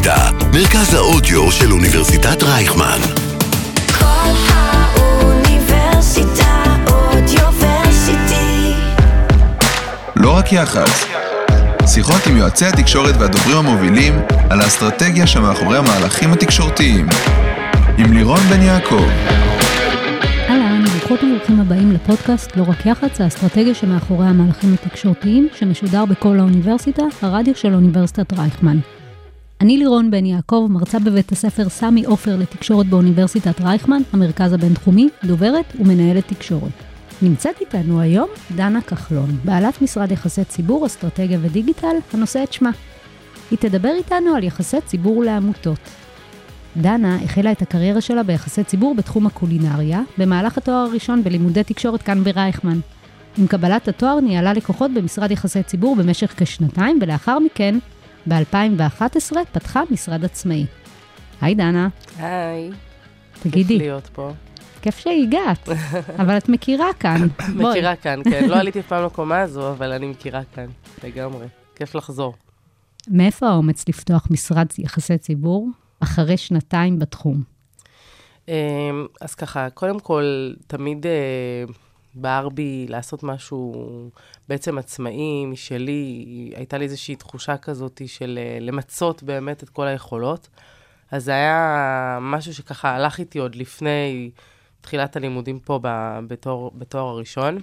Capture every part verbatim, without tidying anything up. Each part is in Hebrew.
האוניברסיטה, מרכז האודיו של אוניברסיטת רייכמן. כל האוניברסיטה אודיוורסיטי. לא רק יח"צ. שיחות עם יועצי התקשורת והדוברים המובילים על האסטרטגיה שמאחורי המהלכים התקשורתיים. עם לירון בן יעקב. אהלן, ברוכות וברוכים הבאים לפודקאסט לא רק יח"צ, האסטרטגיה שמאחורי המהלכים התקשורתיים, שמשודר בכל האוניברסיטה, הרדיו של אוניברסיטת רייכמן. אני לירון בן יעקב, מרצה בבית הספר סמי עופר לתקשורת באוניברסיטת רייכמן, המרכז הבינתחומי, דוברת ומנהלת תקשורת. נמצאת איתנו היום דנה כחלון, בעלת משרד יחסי ציבור, אסטרטגיה ודיגיטל, הנושא את שמה. היא תדבר איתנו על יחסי ציבור לעמותות. דנה החלה את הקריירה שלה ביחסי ציבור בתחום הקולינריה, במהלך התואר הראשון בלימודי תקשורת כאן ברייכמן. עם קבלת התואר ניהלה לקוחות במשרד יחסי ציבור במשך כשנתיים, ולאחר מכן, ב-אלפיים ואחת עשרה, פתחה משרד עצמאי. היי דנה. היי. תגידי. כיף להיות פה. כיף שהגעת, אבל את מכירה כאן. מכירה כאן, כן. לא עליתי פעם לקומה הזו, אבל אני מכירה כאן, לגמרי. כיף לחזור. מאיפה האומץ לפתוח משרד יחסי ציבור אחרי שנתיים בתחום? אז ככה, קודם כל, תמיד בער בי לעשות משהו בעצם עצמאי, משלי. הייתה לי איזושהי תחושה כזאת של למצות באמת את כל היכולות. אז זה היה משהו שככה הלך איתי עוד לפני תחילת הלימודים פה בתואר, בתואר הראשון.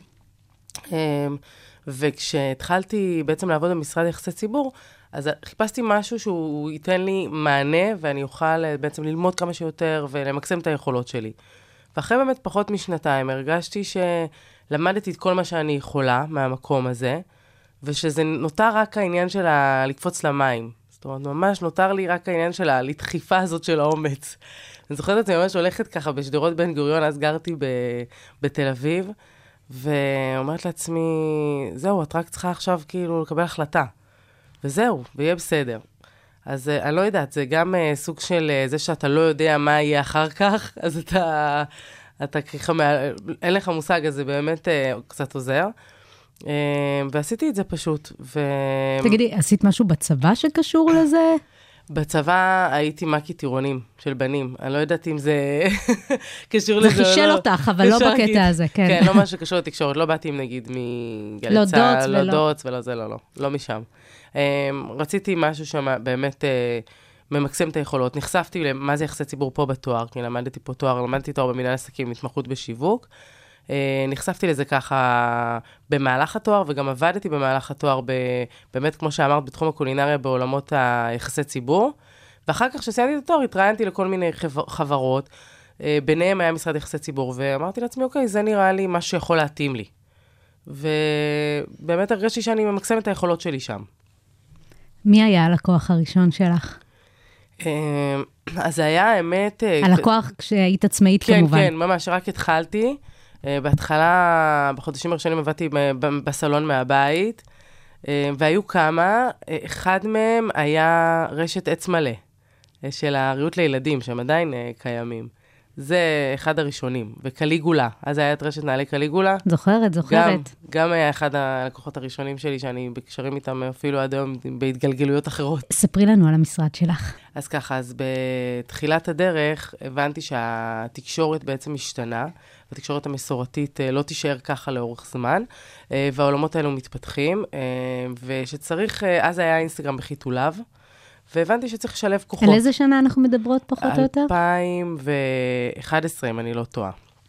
וכשהתחלתי בעצם לעבוד במשרד יחסי ציבור, אז חיפשתי משהו שהוא ייתן לי מענה, ואני אוכל בעצם ללמוד כמה שיותר ולמקסם את היכולות שלי. ואחרי באמת פחות משנתיים הרגשתי שלמדתי את כל מה שאני יכולה מהמקום הזה, ושזה נותר רק העניין של לקפוץ למים. זאת אומרת, ממש נותר לי רק העניין של הדחיפה הזאת של האומץ. אני זוכרת את זה ממש הולכת ככה בשדרות בן גוריון, אז גרתי ב- בתל אביב, ואומרת לעצמי, זהו, את רק צריכה עכשיו כאילו לקבל החלטה. וזהו, ויהיה בסדר. אז uh, אני לא יודעת, זה גם uh, סוג של uh, זה שאתה לא יודע מה יהיה אחר כך, אז אתה, אתה ככה, אין לך מושג, אז זה באמת uh, קצת עוזר. Uh, ועשיתי את זה פשוט. ו... תגידי, עשית משהו בצבא שקשור לזה? בצבא הייתי מקי טירונים של בנים. אני לא יודעת אם זה קשור לזה. זה חישל אותך, אבל לא בקטע הזה, כן. כן, לא משהו שקשור לתקשורת. לא באתי עם נגיד מגלי צהל, לא דוץ ולא זה, לא, לא. לא משם. רציתי משהו שבאמת ממקסם את היכולות. נחשפתי למה זה יחסי ציבור פה בתואר, כי למדתי פה תואר, למדתי תואר במנהל עסקים, התמחות בשיווק. נחשפתי לזה ככה במהלך התואר, וגם עבדתי במהלך התואר, באמת, כמו שאמרת, בתחום הקולינריה, בעולמות היחסי ציבור. ואחר כך שסיימתי את התואר, התראיינתי לכל מיני חברות, ביניהם היה משרד יחסי ציבור, ואמרתי לעצמי, אוקיי, זה נראה לי מה שיכול להתאים לי. ובאמת הרגשתי שאני ממקסם את היכולות שלי שם. מי היה הלקוח הראשון שלך? אז זה היה האמת... הלקוח כשהיית עצמאית כן, כמובן. כן, כן, ממש, רק התחלתי. בהתחלה, בחודשים הראשונים עבדתי בסלון מהבית, והיו כמה, אחד מהם היה רשת עץ מלא, של הריהוט לילדים, שהם עדיין קיימים. זה אחד הראשונים, וקליגולה. אז היה את רשת נעלי קליגולה. זוכרת, זוכרת. גם, גם היה אחד הלקוחות הראשונים שלי, שאני בקשרים איתם אפילו עד היום בהתגלגלויות אחרות. ספרי לנו על המשרד שלך. אז ככה, אז בתחילת הדרך הבנתי שהתקשורת בעצם השתנה, התקשורת המסורתית לא תישאר ככה לאורך זמן, והעולמות האלו מתפתחים, ושצריך, אז היה אינסטגרם בחיתוליו, והבנתי שצריך לשלב כוחות. על איזה שנה אנחנו מדברות פחות או יותר? אלפיים ואחת עשרה, אם אני לא טועה.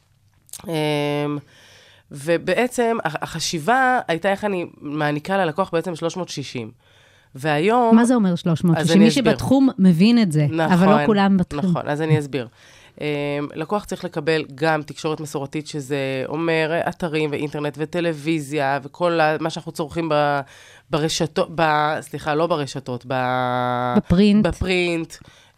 ובעצם החשיבה הייתה איך אני מעניקה ללקוח בעצם שלוש מאות שישים. והיום... מה זה אומר שלוש מאות שישים? מי שבתחום מבין את זה, נכון, אבל לא כולם בתחום. נכון, אז אני אסביר. לקוח צריך לקבל גם תקשורת מסורתית, שזה אומר אתרים ואינטרנט וטלוויזיה, וכל מה שאנחנו צורכים ברשתות, סליחה, לא ברשתות, בפרינט. בפרינט.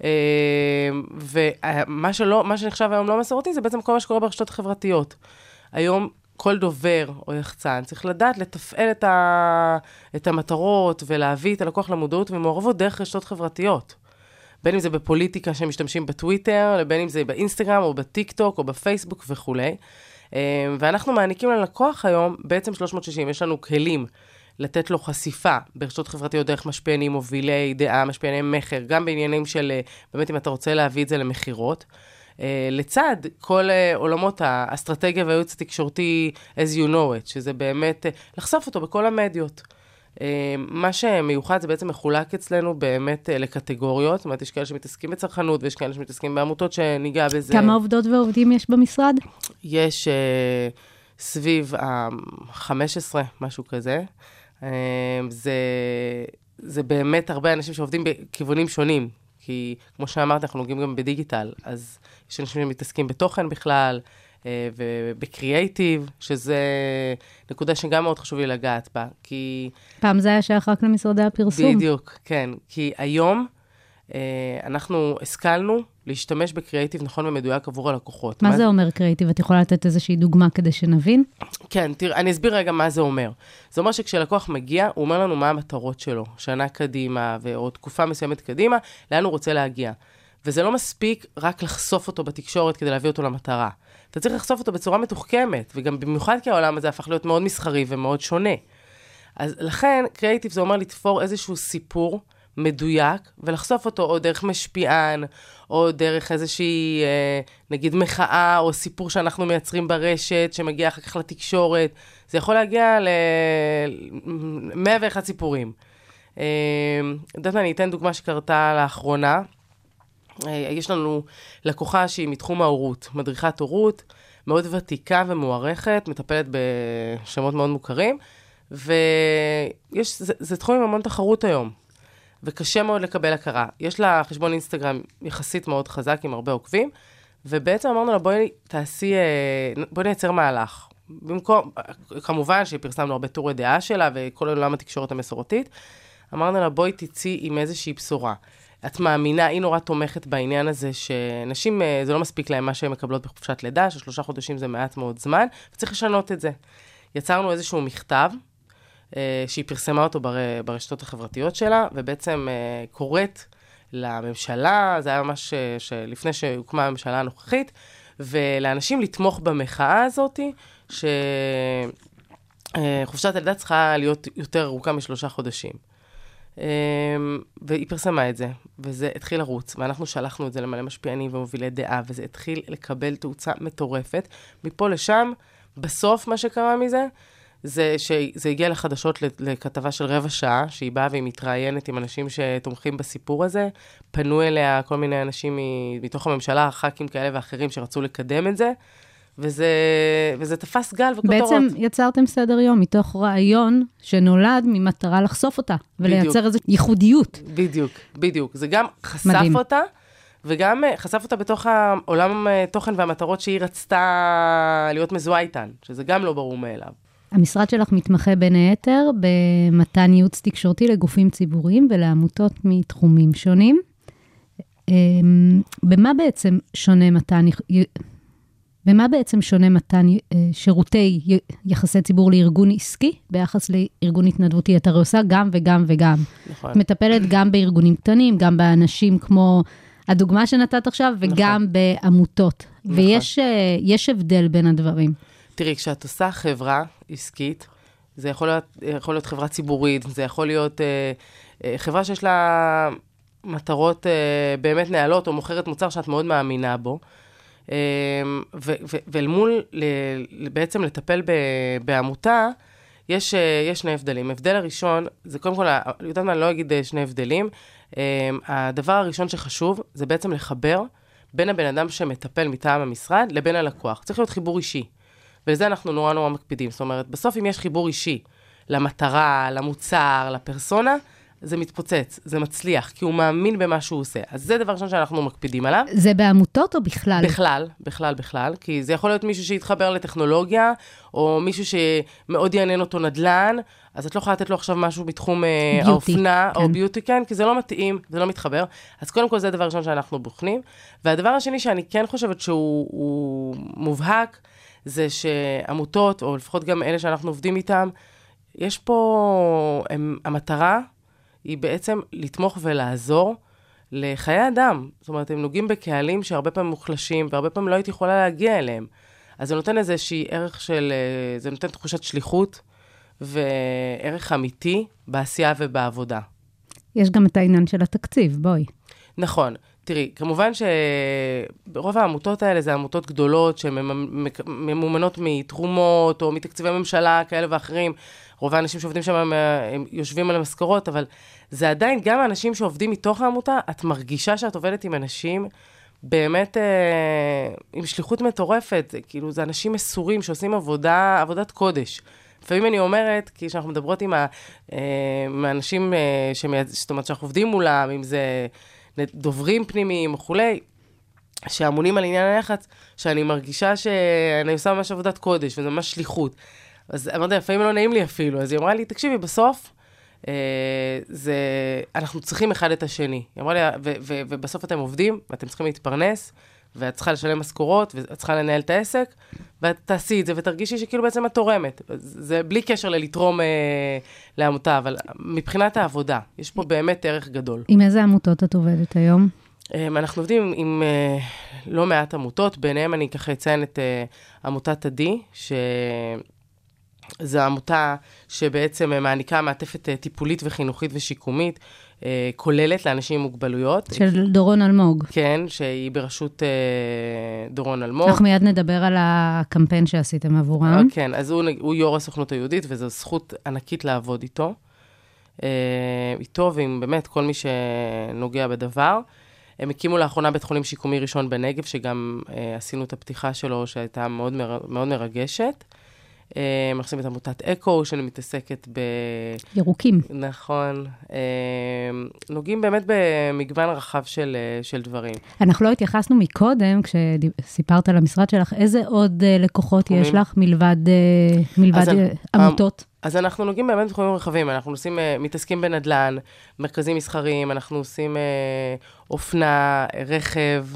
ומה שלא, מה שנחשב היום לא מסורתי, זה בעצם כל מה שקורה ברשתות החברתיות. היום כל דובר או יחצן צריך לדעת לתפעל את, ה, את המטרות ולהביא את הלקוח למודעות ומעורבות דרך רשתות חברתיות. בין אם זה בפוליטיקה שמשתמשים בטוויטר, לבין אם זה באינסטגרם או בטיק-טוק או בפייסבוק וכו'. ואנחנו מעניקים ללקוח היום בעצם שלוש מאות שישים, יש לנו כלים לתת לו חשיפה ברשתות חברתיות דרך משפיענים, מובילי דעה, משפיעני מחר, גם בעניינים של, באמת אם אתה רוצה להביא את זה למחירות, לצד כל עולמות האסטרטגיה והייעוץ התקשורתי as you know it, שזה באמת לחשוף אותו בכל המדיות. מה שמיוחד זה בעצם מחולק אצלנו באמת לקטגוריות, זאת אומרת, יש כאלה שמתעסקים בצרכנות, ויש כאלה שמתעסקים בעמותות שניגע בזה. כמה עובדות ועובדים יש במשרד? יש סביב ה-חמש עשרה, משהו כזה. זה, זה באמת הרבה אנשים שעובדים בכיוונים שונים, כי כמו שאמרת, אנחנו נוגעים גם בדיגיטל, אז יש אנשים שמתעסקים בתוכן בכלל, ובקריאייטיב, שזה נקודה שגם מאוד חשוב לי לגעת בה, כי... פעם זה היה שייך רק למשרדי הפרסום. בדיוק, כן. כי היום אנחנו השכלנו להשתמש בקריאייטיב נכון ומדויק עבור הלקוחות. מה זה אומר קריאייטיב? את יכולה לתת איזושהי דוגמה כדי שנבין? כן, תראה, אני אסביר רגע מה זה אומר. זה אומר שכשלקוח מגיע, הוא אומר לנו מה המטרות שלו, שנה קדימה, או תקופה מסוימת קדימה, לאן הוא רוצה להגיע. וזה לא מספיק רק לחשוף אותו בתקשורת כדי להביא אותו למטרה. אתה צריך לחשוף אותו בצורה מתוחכמת, וגם במיוחד כי העולם הזה הפך להיות מאוד מסחרי ומאוד שונה. אז לכן, קריאייטיב זה אומר לתפור איזשהו סיפור מדויק, ולחשוף אותו או דרך משפיען, או דרך איזושהי, אה, נגיד, מחאה, או סיפור שאנחנו מייצרים ברשת, שמגיע אחר כך לתקשורת. זה יכול להגיע ל-מאה ואחד סיפורים. אה, יודעת מה, אני אתן דוגמה שקרתה לאחרונה. יש לנו לקוחה שהיא מתחום ההורות, מדריכת הורות, מאוד ותיקה ומוערכת, מטפלת בשמות מאוד מוכרים, ויש, זה, זה תחום עם המון תחרות היום, וקשה מאוד לקבל הכרה. יש לה חשבון אינסטגרם יחסית מאוד חזק, עם הרבה עוקבים, ובעצם אמרנו לה, בואי תעשי, בואי נייצר מהלך. במקום, כמובן שפרסמנו הרבה טורי דעה שלה, וכל עולם התקשורת המסורתית, אמרנו לה, בואי תצאי עם איזושהי בשורה. את מאמינה, היא נורא תומכת בעניין הזה, שנשים, זה לא מספיק להם מה שהן מקבלות בחופשת לידה, ששלושה חודשים זה מעט מאוד זמן, וצריך לשנות את זה. יצרנו איזשהו מכתב, שהיא פרסמה אותו ברשתות החברתיות שלה, ובעצם קוראת לממשלה, זה היה ממש לפני שהוקמה הממשלה הנוכחית, ולאנשים לתמוך במחאה הזאת, שחופשת הלידה צריכה להיות יותר ארוכה משלושה חודשים. והיא פרסמה את זה, וזה התחיל לרוץ, ואנחנו שלחנו את זה למלא משפיענים ומובילי דעה, וזה התחיל לקבל תאוצה מטורפת. מפה לשם, בסוף מה שקרה מזה, זה שזה הגיע לחדשות לכתבה של רבע שעה, שהיא באה והיא מתראיינת עם אנשים שתומכים בסיפור הזה, פנו אליה כל מיני אנשים מתוך הממשלה, ח"כים כאלה ואחרים שרצו לקדם את זה, וזה, וזה תפס גל וכותרות. בעצם יצרתם סדר יום מתוך רעיון שנולד ממטרה לחשוף אותה, ולייצר איזו ייחודיות. בדיוק, בדיוק. זה גם חשף מדהים. אותה, וגם חשף אותה בתוך העולם תוכן והמטרות שהיא רצתה להיות מזוהה איתן, שזה גם לא ברור מאליו. המשרד שלך מתמחה בין היתר במתן ייעוץ תקשורתי לגופים ציבוריים ולעמותות מתחומים שונים. במה בעצם שונה מתן... במה בעצם שונה מתן שירותי יחסי ציבור לארגון עסקי ביחס לארגון התנדבותי? אתה עושה גם וגם וגם. נכון. את מטפלת גם בארגונים קטנים, גם באנשים כמו הדוגמה שנתת עכשיו, וגם נכון. בעמותות. נכון. ויש יש הבדל בין הדברים. תראי, כשאת עושה חברה עסקית, זה יכול להיות, יכול להיות חברה ציבורית, זה יכול להיות אה, חברה שיש לה מטרות אה, באמת נעלות, או מוכרת מוצר שאת מאוד מאמינה בו, ואל מול בעצם לטפל בעמותה, יש שני הבדלים. הבדל הראשון, זה קודם כל, יודעת מה, אני לא אגיד שני הבדלים, הדבר הראשון שחשוב, זה בעצם לחבר בין הבן אדם שמטפל מטעם המשרד, לבין הלקוח. צריך להיות חיבור אישי, ולזה אנחנו נורא נורא מקפידים. זאת אומרת, בסוף אם יש חיבור אישי למטרה, למוצר, לפרסונה, זה מתפוצץ, זה מצליח, כי הוא מאמין במה שהוא עושה. אז זה דבר ראשון שאנחנו מקפידים עליו. זה בעמותות או בכלל? בכלל, בכלל, בכלל, כי זה יכול להיות מישהו שיתחבר לטכנולוגיה, או מישהו שמאוד יעניין אותו נדל"ן, אז את לא יכולה לתת לו עכשיו משהו בתחום ביוטי, האופנה, כן. או ביוטי, כן, כי זה לא מתאים, זה לא מתחבר. אז קודם כל זה הדבר ראשון שאנחנו בוחנים. והדבר השני שאני כן חושבת שהוא מובהק, זה שעמותות, או לפחות גם אלה שאנחנו עובדים איתם, יש פה, הם, המטרה, היא בעצם לתמוך ולעזור לחיי אדם. זאת אומרת, הם נוגעים בקהלים שהרבה פעמים מוחלשים, והרבה פעמים לא הייתי יכולה להגיע אליהם. אז זה נותן איזושהי ערך של, זה נותן תחושת שליחות, וערך אמיתי בעשייה ובעבודה. יש גם את העניין של התקציב, בואי. נכון. תראי, כמובן שברוב העמותות האלה זה עמותות גדולות שממומנות מתרומות או מתקציבי ממשלה כאלה ואחרים. רוב האנשים שעובדים שם הם יושבים על המשכורות, אבל זה עדיין גם האנשים שעובדים מתוך העמותה, את מרגישה שאת עובדת עם אנשים באמת אה, עם שליחות מטורפת, כאילו זה אנשים מסורים שעושים עבודה, עבודת קודש. לפעמים אני אומרת, כי כשאנחנו מדברות עם האנשים, אה, זאת אומרת שאנחנו עובדים מולם, אם זה דוברים פנימיים וכולי, שאמונים על עניין היח"צ, שאני מרגישה שאני עושה ממש עבודת קודש, וזה ממש שליחות. אז אמרתי, לפעמים לא נעים לי אפילו, אז היא אמרה לי, תקשיבי, בסוף, אה, זה, אנחנו צריכים אחד את השני. היא אמרה לי, ו, ו, ובסוף אתם עובדים, ואתם צריכים להתפרנס, ואת צריכה לשלם משכורות, ואת צריכה לנהל את העסק, ואת תעשי את זה, ותרגישי שכאילו בעצם את תורמת. זה בלי קשר ללתרום אה, לעמותה, אבל מבחינת העבודה, יש פה באמת ערך גדול. עם איזה עמותות את עובדת היום? אנחנו עובדים עם, עם אה, לא מעט עמותות, ביניהם אני ככה אציין את אה, עמותת עדי, ש... זו עמותה שבעצם מעניקה מעטפת טיפולית וחינוכית ושיקומית, כוללת לאנשים עם מוגבלויות. של דורון אלמוג. כן, שהיא בראשות דורון אלמוג. אנחנו מיד נדבר על הקמפיין שעשיתם עבורם. כן, אז הוא, הוא יו"ר הסוכנות היהודית, וזו זכות ענקית לעבוד איתו. איתו ועם באמת כל מי שנוגע בדבר. הם הקימו לאחרונה בית חולים שיקומי ראשון בנגב, שגם עשינו את הפתיחה שלו, שהייתה מאוד, מאוד מרגשת. הם עושים את עמותת אקו, שאני מתעסקת ב... ירוקים. נכון. נוגעים באמת במגוון רחב של, של דברים. אנחנו לא התייחסנו מקודם, כשסיפרת על המשרד שלך, איזה עוד לקוחות יש לך מלבד, מלבד אז עמותות? אז אנחנו נוגעים באמת בתחומים רחבים. אנחנו עושים, מתעסקים בנדל"ן, מרכזים מסחריים, אנחנו עושים אופנה, רכב,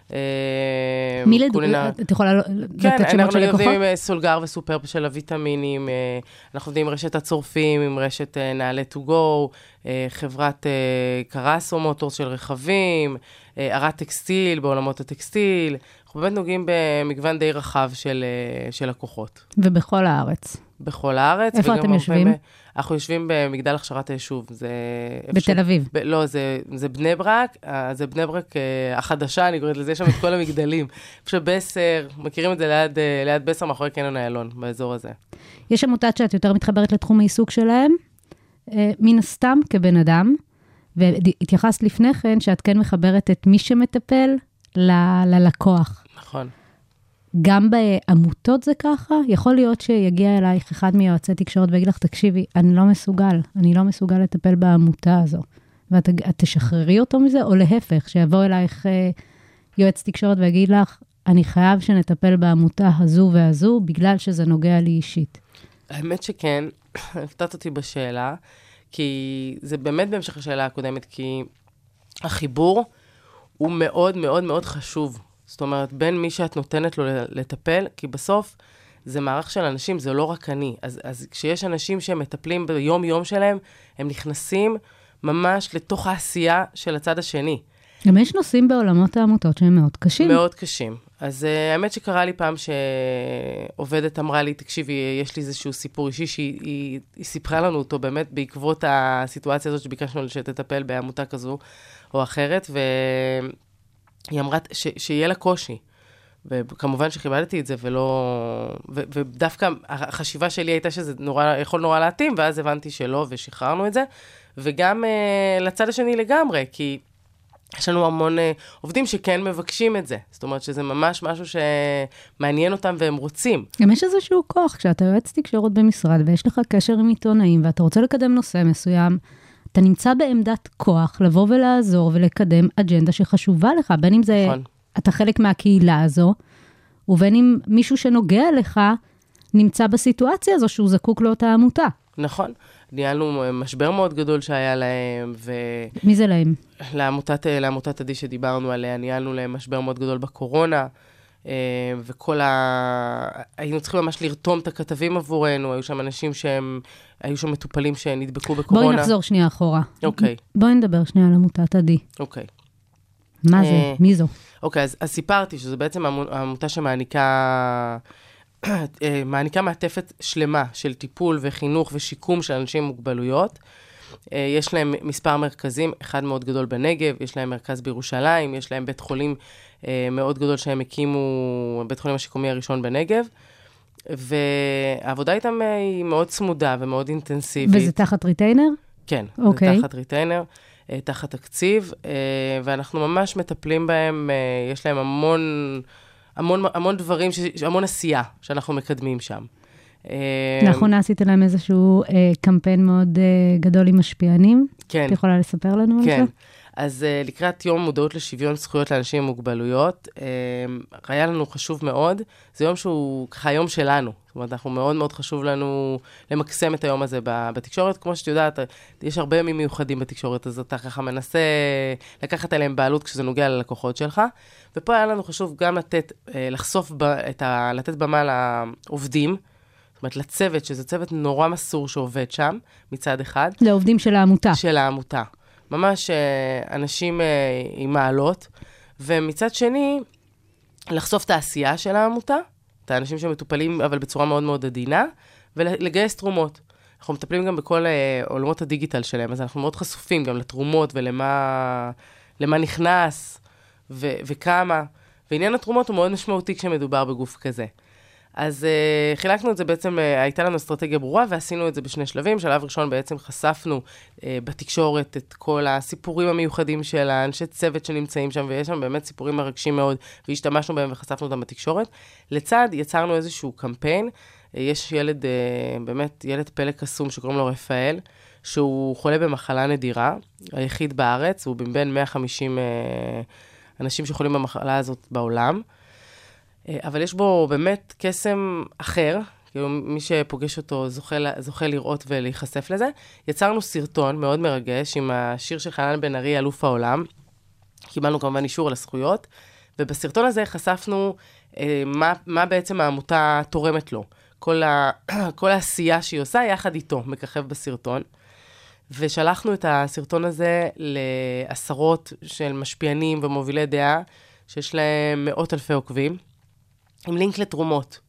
מי לדוגמה, את יכולה לתת שמות של לקוחות? כן, אנחנו עובדים עם סולגר וסופר של הוויטמינים, אנחנו עובדים עם רשת הצורפים, עם רשת נעלי טו גו, חברת קרסו מוטורס של רכבים, ערד טקסטיל בעולמות הטקסטיל, אנחנו באמת נוגעים במגוון די רחב של, של לקוחות. ובכל הארץ? בכל הארץ. איפה אתם יושבים? אנחנו יושבים במגדל הכשרת היישוב. זה בתל אביב? ב, לא, זה, זה בני ברק, זה בני ברק החדשה, אני קוראת לזה, יש שם את כל המגדלים. פשוט בסר, מכירים את זה ליד, ליד בסר, מאחורי קניון איילון, באזור הזה. יש עמותת שאת יותר מתחברת לתחום העיסוק שלהם, מן הסתם כבן אדם, והתייחסת לפני כן שאת כן מחברת את מי שמטפל ל- ללקוח. נכון. גם בעמותות זה ככה? יכול להיות שיגיע אלייך אחד מיועצי תקשורת ויגיד לך, תקשיבי, אני לא מסוגל, אני לא מסוגל לטפל בעמותה הזו. ואת תשחררי אותו מזה, או להפך, שיבוא אלייך יועץ תקשורת ויגיד לך, אני חייב שנטפל בעמותה הזו והזו, בגלל שזה נוגע לי אישית. האמת שכן, הפתעת אותי בשאלה, כי זה באמת בהמשך השאלה הקודמת, כי החיבור הוא מאוד מאוד מאוד חשוב. זאת אומרת, בין מי שאת נותנת לו לטפל, כי בסוף זה מערך של אנשים, זה לא רק אני. אז, אז כשיש אנשים שהם מטפלים ביום-יום שלהם, הם נכנסים ממש לתוך העשייה של הצד השני. גם יש נושאים בעולמות העמותות שהם מאוד קשים. מאוד קשים. אז uh, האמת שקרה לי פעם שעובדת אמרה לי, תקשיבי, יש לי איזשהו סיפור אישי שהיא היא, היא סיפרה לנו אותו באמת בעקבות הסיטואציה הזאת שביקשנו שתטפל בעמותה כזו או אחרת, והיא אמרה ש, שיהיה לה קושי. וכמובן שכיבדתי את זה, ולא... ו, ודווקא החשיבה שלי הייתה שזה נורא, יכול נורא להתאים, ואז הבנתי שלא, ושחררנו את זה. וגם uh, לצד השני לגמרי, כי יש לנו המון uh, עובדים שכן מבקשים את זה. זאת אומרת שזה ממש משהו שמעניין אותם והם רוצים. גם יש איזשהו כוח, כשאתה יועץ תקשורת במשרד, ויש לך קשר עם עיתונאים, ואתה רוצה לקדם נושא מסוים, אתה נמצא בעמדת כוח לבוא ולעזור ולקדם אג'נדה שחשובה לך, בין אם זה... נכון. אתה חלק מהקהילה הזו, ובין אם מישהו שנוגע לך, נמצא בסיטואציה הזו שהוא זקוק לאותה עמותה. נכון. ניהלנו משבר מאוד גדול שהיה להם, ו... מי זה להם? לעמותת, לעמותת עדי שדיברנו עליה, ניהלנו להם משבר מאוד גדול בקורונה, וכל ה... היינו צריכים ממש לרתום את הכתבים עבורנו, היו שם אנשים שהם, היו שם מטופלים שנדבקו בקורונה. בואי נחזור שנייה אחורה. אוקיי. בואי נדבר שנייה על עמותת עדי. אוקיי. מה זה? מי זו? אוקיי, אז, אז סיפרתי שזו בעצם עמותה שמעניקה מעניקה מעטפת שלמה של טיפול וחינוך ושיקום של אנשים עם מוגבלויות. יש להם מספר מרכזים, אחד מאוד גדול בנגב, יש להם מרכז בירושלים, יש להם בית חולים מאוד גדול שהם הקימו, בית חולים השיקומי הראשון בנגב, והעבודה איתם היא מאוד צמודה ומאוד אינטנסיבית. וזה תחת ריטיינר? כן, okay. זה תחת ריטיינר, תחת תקציב, ואנחנו ממש מטפלים בהם, יש להם המון, המון, המון דברים, המון עשייה שאנחנו מקדמים שם. לאחרונה עשית להם איזשהו קמפיין מאוד גדול עם משפיענים? כן. את יכולה לספר לנו על זה? כן. אז לקראת יום מודעות לשוויון זכויות לאנשים עם מוגבלויות, היה לנו חשוב מאוד, זה יום שהוא ככה יום שלנו, זאת אומרת, אנחנו מאוד מאוד חשוב לנו למקסם את היום הזה בתקשורת, כמו שאת יודעת, יש הרבה ימים מיוחדים בתקשורת, אז אתה ככה מנסה לקחת עליהם בעלות כשזה נוגע ללקוחות שלך, ופה היה לנו חשוב גם לתת, לחשוף, את ה, לתת במה לעובדים, זאת אומרת, לצוות, שזה צוות נורא מסור שעובד שם, מצד אחד. לעובדים של העמותה. של העמותה. ממש אנשים עם מעלות, ומצד שני, לחשוף את העשייה של העמותה, את האנשים שמטופלים, אבל בצורה מאוד מאוד עדינה, ולגייס תרומות. אנחנו מטפלים גם בכל עולמות הדיגיטל שלהם, אז אנחנו מאוד חשופים גם לתרומות ולמה למה נכנס ו, וכמה. ועניין התרומות הוא מאוד משמעותי כשמדובר בגוף כזה. אז uh, חילקנו את זה בעצם, uh, הייתה לנו אסטרטגיה ברורה, ועשינו את זה בשני שלבים. שלב ראשון בעצם חשפנו uh, בתקשורת את כל הסיפורים המיוחדים של האנשי צוות שנמצאים שם, ויש שם באמת סיפורים מרגשים מאוד, והשתמשנו בהם וחשפנו אותם בתקשורת. לצד יצרנו איזשהו קמפיין, uh, יש ילד, uh, באמת ילד פלא קסום שקוראים לו רפאל, שהוא חולה במחלה נדירה, היחיד בארץ, הוא בין מאה וחמישים uh, אנשים שחולים במחלה הזאת בעולם, אבל יש בו באמת קסם אחר, כאילו מי שפוגש אותו זוכה, זוכה לראות ולהיחשף לזה. יצרנו סרטון מאוד מרגש עם השיר של חנן בן ארי, אלוף העולם. קיבלנו כמובן אישור על הזכויות, ובסרטון הזה חשפנו אה, מה, מה בעצם העמותה תורמת לו. כל, ה, כל העשייה שהיא עושה יחד איתו, מככב בסרטון. ושלחנו את הסרטון הזה לעשרות של משפיענים ומובילי דעה, שיש להם מאות אלפי עוקבים. עם לינק לתרומות.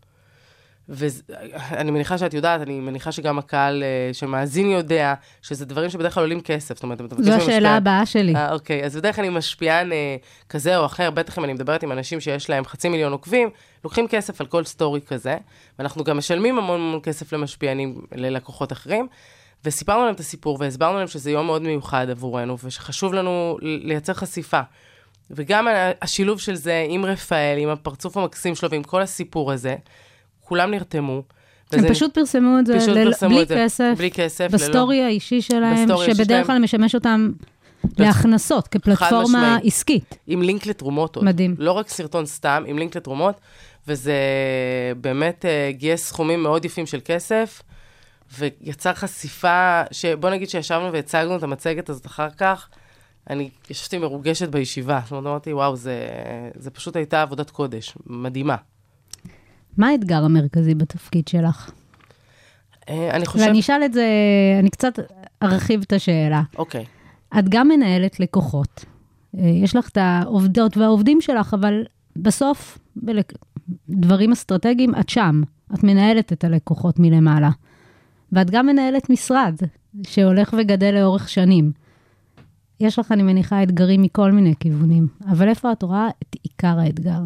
ואני מניחה שאת יודעת, אני מניחה שגם הקהל שמאזין יודע, שזה דברים שבדרך כלל עולים כסף. זאת אומרת, זו השאלה הבאה שלי. אה, אוקיי, אז בדרך כלל אני משפיען כזה או אחר, בטח אם אני מדברת עם אנשים שיש להם חצי מיליון עוקבים, לוקחים כסף על כל סטורי כזה, ואנחנו גם משלמים המון המון כסף למשפיענים, ללקוחות אחרים, וסיפרנו להם את הסיפור, והסברנו להם שזה יום מאוד מיוחד עבורנו, ושחשוב לנו לייצר חשיפה. וגם השילוב של זה עם רפאל, עם הפרצוף המקסים שלו, ועם כל הסיפור הזה, כולם נרתמו. הם פשוט פרסמו את זה בלי כסף, בלי כסף, בסטורי האישי שלהם, שבדרך כלל משמש אותם להכנסות, כפלטפורמה עסקית. עם לינק לתרומות. מדהים. לא רק סרטון סתם, עם לינק לתרומות, וזה באמת גייס סכומים מאוד יפים של כסף, ויצר חשיפה, שבוא נגיד שישבנו והצגנו את המצגת הזאת אחר כך, אני ישבתי מרוגשת בישיבה, זאת אומרת, אמרתי, וואו, זה, זה פשוט הייתה עבודת קודש, מדהימה. מה האתגר המרכזי בתפקיד שלך? אני חושב... ואני אשאל את זה, אני קצת ארחיב את השאלה. אוקיי. את גם מנהלת לקוחות. יש לך את העובדות והעובדים שלך, אבל בסוף, בדברים אסטרטגיים, את שם. את מנהלת את הלקוחות מלמעלה. ואת גם מנהלת משרד, שהולך וגדל לאורך שנים. יש לך, אני מניחה, אתגרים מכל מיני כיוונים. אבל איפה את רואה את עיקר האתגר?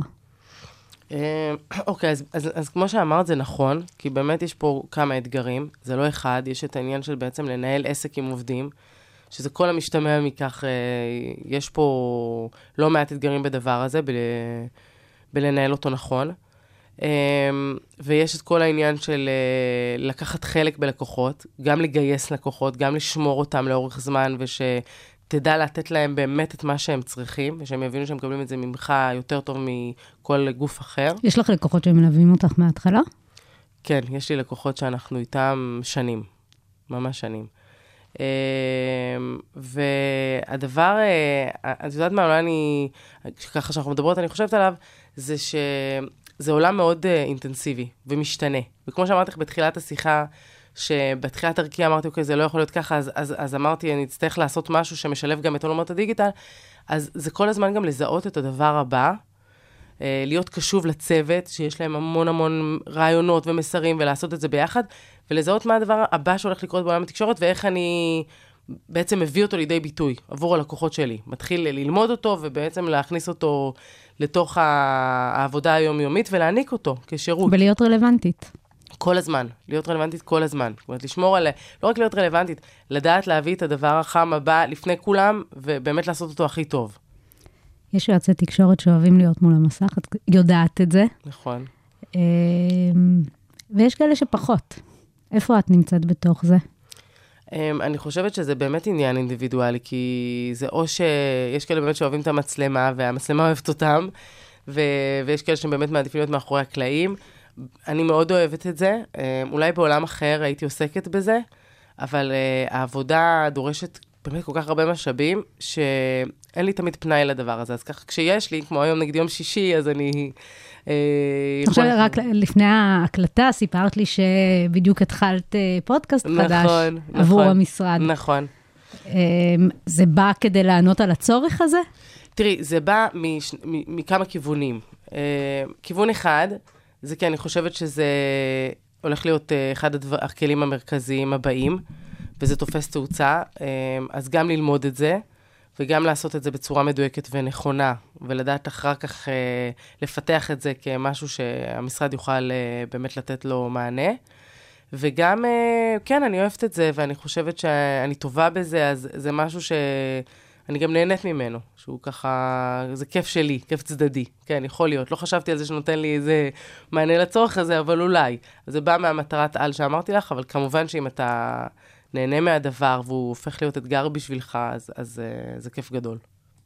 אוקיי, אז, אז, אז כמו שאמרת, זה נכון, כי באמת יש פה כמה אתגרים. זה לא אחד, יש את העניין של בעצם לנהל עסק עם עובדים, שזה כל המשתמע מכך, יש פה לא מעט אתגרים בדבר הזה, ב, בלנהל אותו נכון. ויש את כל העניין של לקחת חלק בלקוחות, גם לגייס לקוחות, גם לשמור אותם לאורך זמן, ושתדע לתת להם באמת את מה שהם צריכים, ושהם יבינו שהם מקבלים את זה ממך יותר טוב מכל גוף אחר. יש לך לקוחות שמלווים אותך מההתחלה? כן, יש לי לקוחות שאנחנו איתם שנים, ממש שנים. והדבר, את יודעת מה, אולי אני, ככה שאנחנו מדברות, אני חושבת עליו, זה ש... זה עולם מאוד uh, אינטנסיבי ומשתנה. וכמו שאמרתי לך בתחילת השיחה, שבתחילת ערכי אמרתי, אוקיי, זה לא יכול להיות ככה, אז, אז, אז אמרתי, אני אצטרך לעשות משהו שמשלב גם את עולמות הדיגיטל, אז זה כל הזמן גם לזהות את הדבר הבא, להיות קשוב לצוות, שיש להם המון המון רעיונות ומסרים, ולעשות את זה ביחד, ולזהות מה הדבר הבא שהולך לקרות בעולם התקשורת, ואיך אני בעצם מביא אותו לידי ביטוי עבור הלקוחות שלי. מתחיל ללמוד אותו, ובעצם להכניס אותו לתוך העבודה היומיומית, ולהעניק אותו כשירות. ולהיות רלוונטית. כל הזמן, להיות רלוונטית כל הזמן. זאת אומרת, לשמור על, לא רק להיות רלוונטית, לדעת להביא את הדבר החם הבא לפני כולם, ובאמת לעשות אותו הכי טוב. יש יועצי תקשורת שאוהבים להיות מול המסך, את יודעת את זה. נכון. ויש כאלה שפחות. איפה את נמצאת בתוך זה? אני חושבת שזה באמת עניין אינדיבידואלי, כי זה או שיש כאלה באמת שאוהבים את המצלמה, והמצלמה אוהבת אותם, ויש כאלה שבאמת מעדיפים להיות מאחורי הקלעים. אני מאוד אוהבת את זה. אולי בעולם אחר הייתי עוסקת בזה, אבל העבודה דורשת באמת כל כך הרבה משאבים, שאין לי תמיד פנאי לדבר הזה. אז ככה, כשיש לי, כמו היום נגיד יום שישי, אז אני... עכשיו, רק לפני ההקלטה, סיפרת לי שבדיוק התחלת פודקאסט חדש עבור המשרד. נכון. זה בא כדי לענות על הצורך הזה? תראי, זה בא מכמה כיוונים. כיוון אחד, זה כי אני חושבת שזה הולך להיות אחד הכלים המרכזיים הבאים, וזה תופס תאוצה, אז גם ללמוד את זה, וגם לעשות את זה בצורה מדויקת ונכונה, ולדעת אחר כך לפתח את זה כמשהו שהמשרד יוכל באמת לתת לו מענה. וגם, כן, אני אוהבת את זה, ואני חושבת שאני טובה בזה, אז זה משהו שאני גם נהנית ממנו, שהוא ככה, זה כיף שלי, כיף צדדי. כן, יכול להיות. לא חשבתי על זה שנותן לי איזה מענה לצורך הזה, אבל אולי. זה בא מהמטרת על שאמרתי לך, אבל כמובן שאם אתה נהנה מהדבר, והוא הופך להיות אתגר בשבילך, אז, אז uh, זה כיף גדול.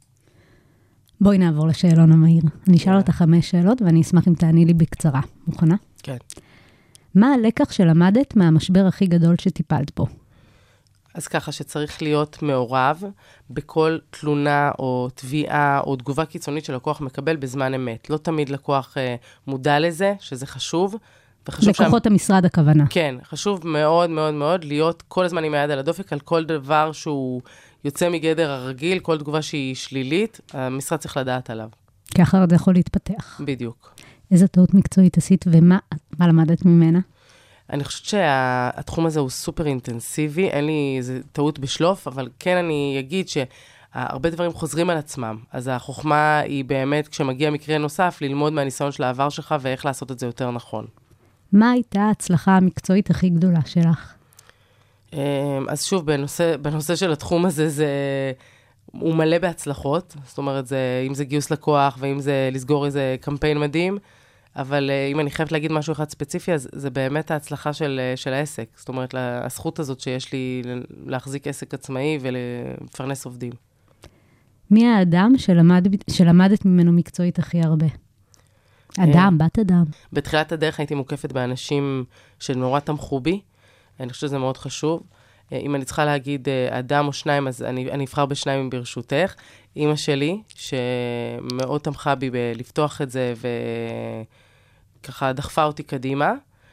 בואי נעבור לשאלון המהיר. אני אשאל אותך חמש שאלות, ואני אשמח אם תעני לי בקצרה. מוכנה? כן. מה הלקח שלמדת מהמשבר הכי גדול שטיפלת בו? אז ככה שצריך להיות מעורב בכל תלונה או תביעה או תגובה קיצונית שלקוח מקבל בזמן אמת. לא תמיד לקוח uh, מודע לזה, שזה חשוב. לקוחות שם... המשרד הכוונה. כן, חשוב מאוד מאוד מאוד להיות כל הזמן עם היד על הדופק על כל דבר שהוא יוצא מגדר הרגיל, כל תגובה שהיא שלילית, המשרד צריך לדעת עליו. כי אחרת זה יכול להתפתח. בדיוק. איזה טעות מקצועית עשית ומה מה למדת ממנה? אני חושבת שהתחום הזה הוא סופר אינטנסיבי, אין לי איזה טעות בשלוף, אבל כן אני אגיד שהרבה דברים חוזרים על עצמם, אז החוכמה היא באמת, כשמגיע מקרה נוסף, ללמוד מהניסיון של העבר שלך ואיך לעשות את זה יותר נכון. מה הייתה ההצלחה המקצועית הכי גדולה שלך? אז שוב, בנושא, בנושא של התחום הזה, זה, הוא מלא בהצלחות, זאת אומרת, זה, אם זה גיוס לקוח, ואם זה לסגור איזה קמפיין מדהים, אבל אם אני חייבת להגיד משהו אחד ספציפי, אז זה באמת ההצלחה של, של העסק, זאת אומרת, הזכות הזאת שיש לי להחזיק עסק עצמאי ולפרנס עובדים. מי האדם שלמד, שלמדת ממנו מקצועית הכי הרבה? אדם, בת אדם. בתחילת הדרך הייתי מוקפת באנשים שנורא תמכו בי, אני חושבת שזה מאוד חשוב. אם אני צריכה להגיד אדם או שניים, אז אני, אני אבחר בשניים ברשותך. אמא שלי, שמאוד תמכה בי בלפתוח את זה, וככה דחפה אותי קדימה,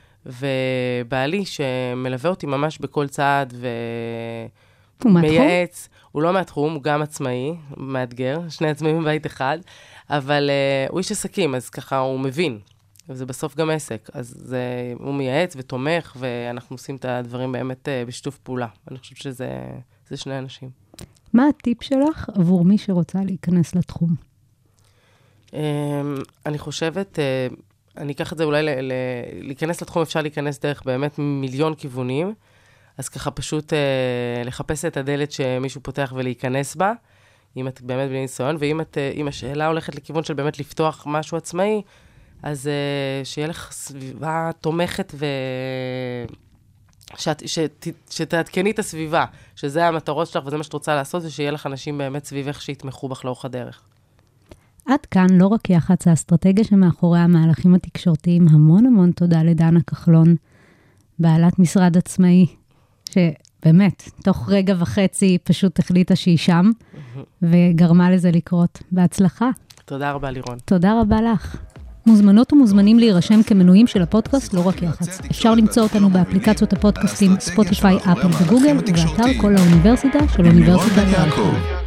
ובעלי שמלווה אותי ממש בכל צעד, ומייעץ. הוא לא מהתחום, הוא גם עצמאי, מאתגר, שני עצמאים בבית אחד, אבל uh, הוא איש עסקים, אז ככה הוא מבין, וזה בסוף גם עסק, אז זה, הוא מייעץ ותומך, ואנחנו עושים את הדברים באמת uh, בשיתוף פעולה. אני חושבת שזה זה שני אנשים. מה הטיפ שלך עבור מי שרוצה להיכנס לתחום? Um, אני חושבת, uh, אני אקח את זה אולי, ל- ל- להיכנס לתחום, אפשר להיכנס דרך באמת מיליון כיוונים, אז ככה פשוט uh, לחפש את הדלת שמישהו פותח ולהיכנס בה, אם את באמת בלי ניסיון, ואם את, uh, אם השאלה הולכת לכיוון של באמת לפתוח משהו עצמאי, אז uh, שיהיה לך סביבה תומכת ו... שת, שת, שתעדכני את הסביבה, שזה המטרות שלך וזה מה שאת רוצה לעשות, זה שיהיה לך אנשים באמת סביבך שיתמכו בך לאורך הדרך. עד כאן לא רק יח"צ האסטרטגיה שמאחורי המהלכים התקשורתיים, המון המון תודה לדנה כחלון, בעלת משרד עצמאי, שבאמת, תוך רגע וחצי פשוט החליטה שהיא שם, וגרמה לזה לקרות. בהצלחה. תודה רבה, לירון. תודה רבה לך. מוזמנות ומוזמנים להירשם כמנויים של הפודקאסט לא רק יח"צ. אפשר למצוא אותנו באפליקציות הפודקאסטים ספוטיפיי, אפל וגוגל, ובאתר כל האוניברסיטה של אוניברסיטת רייכמן.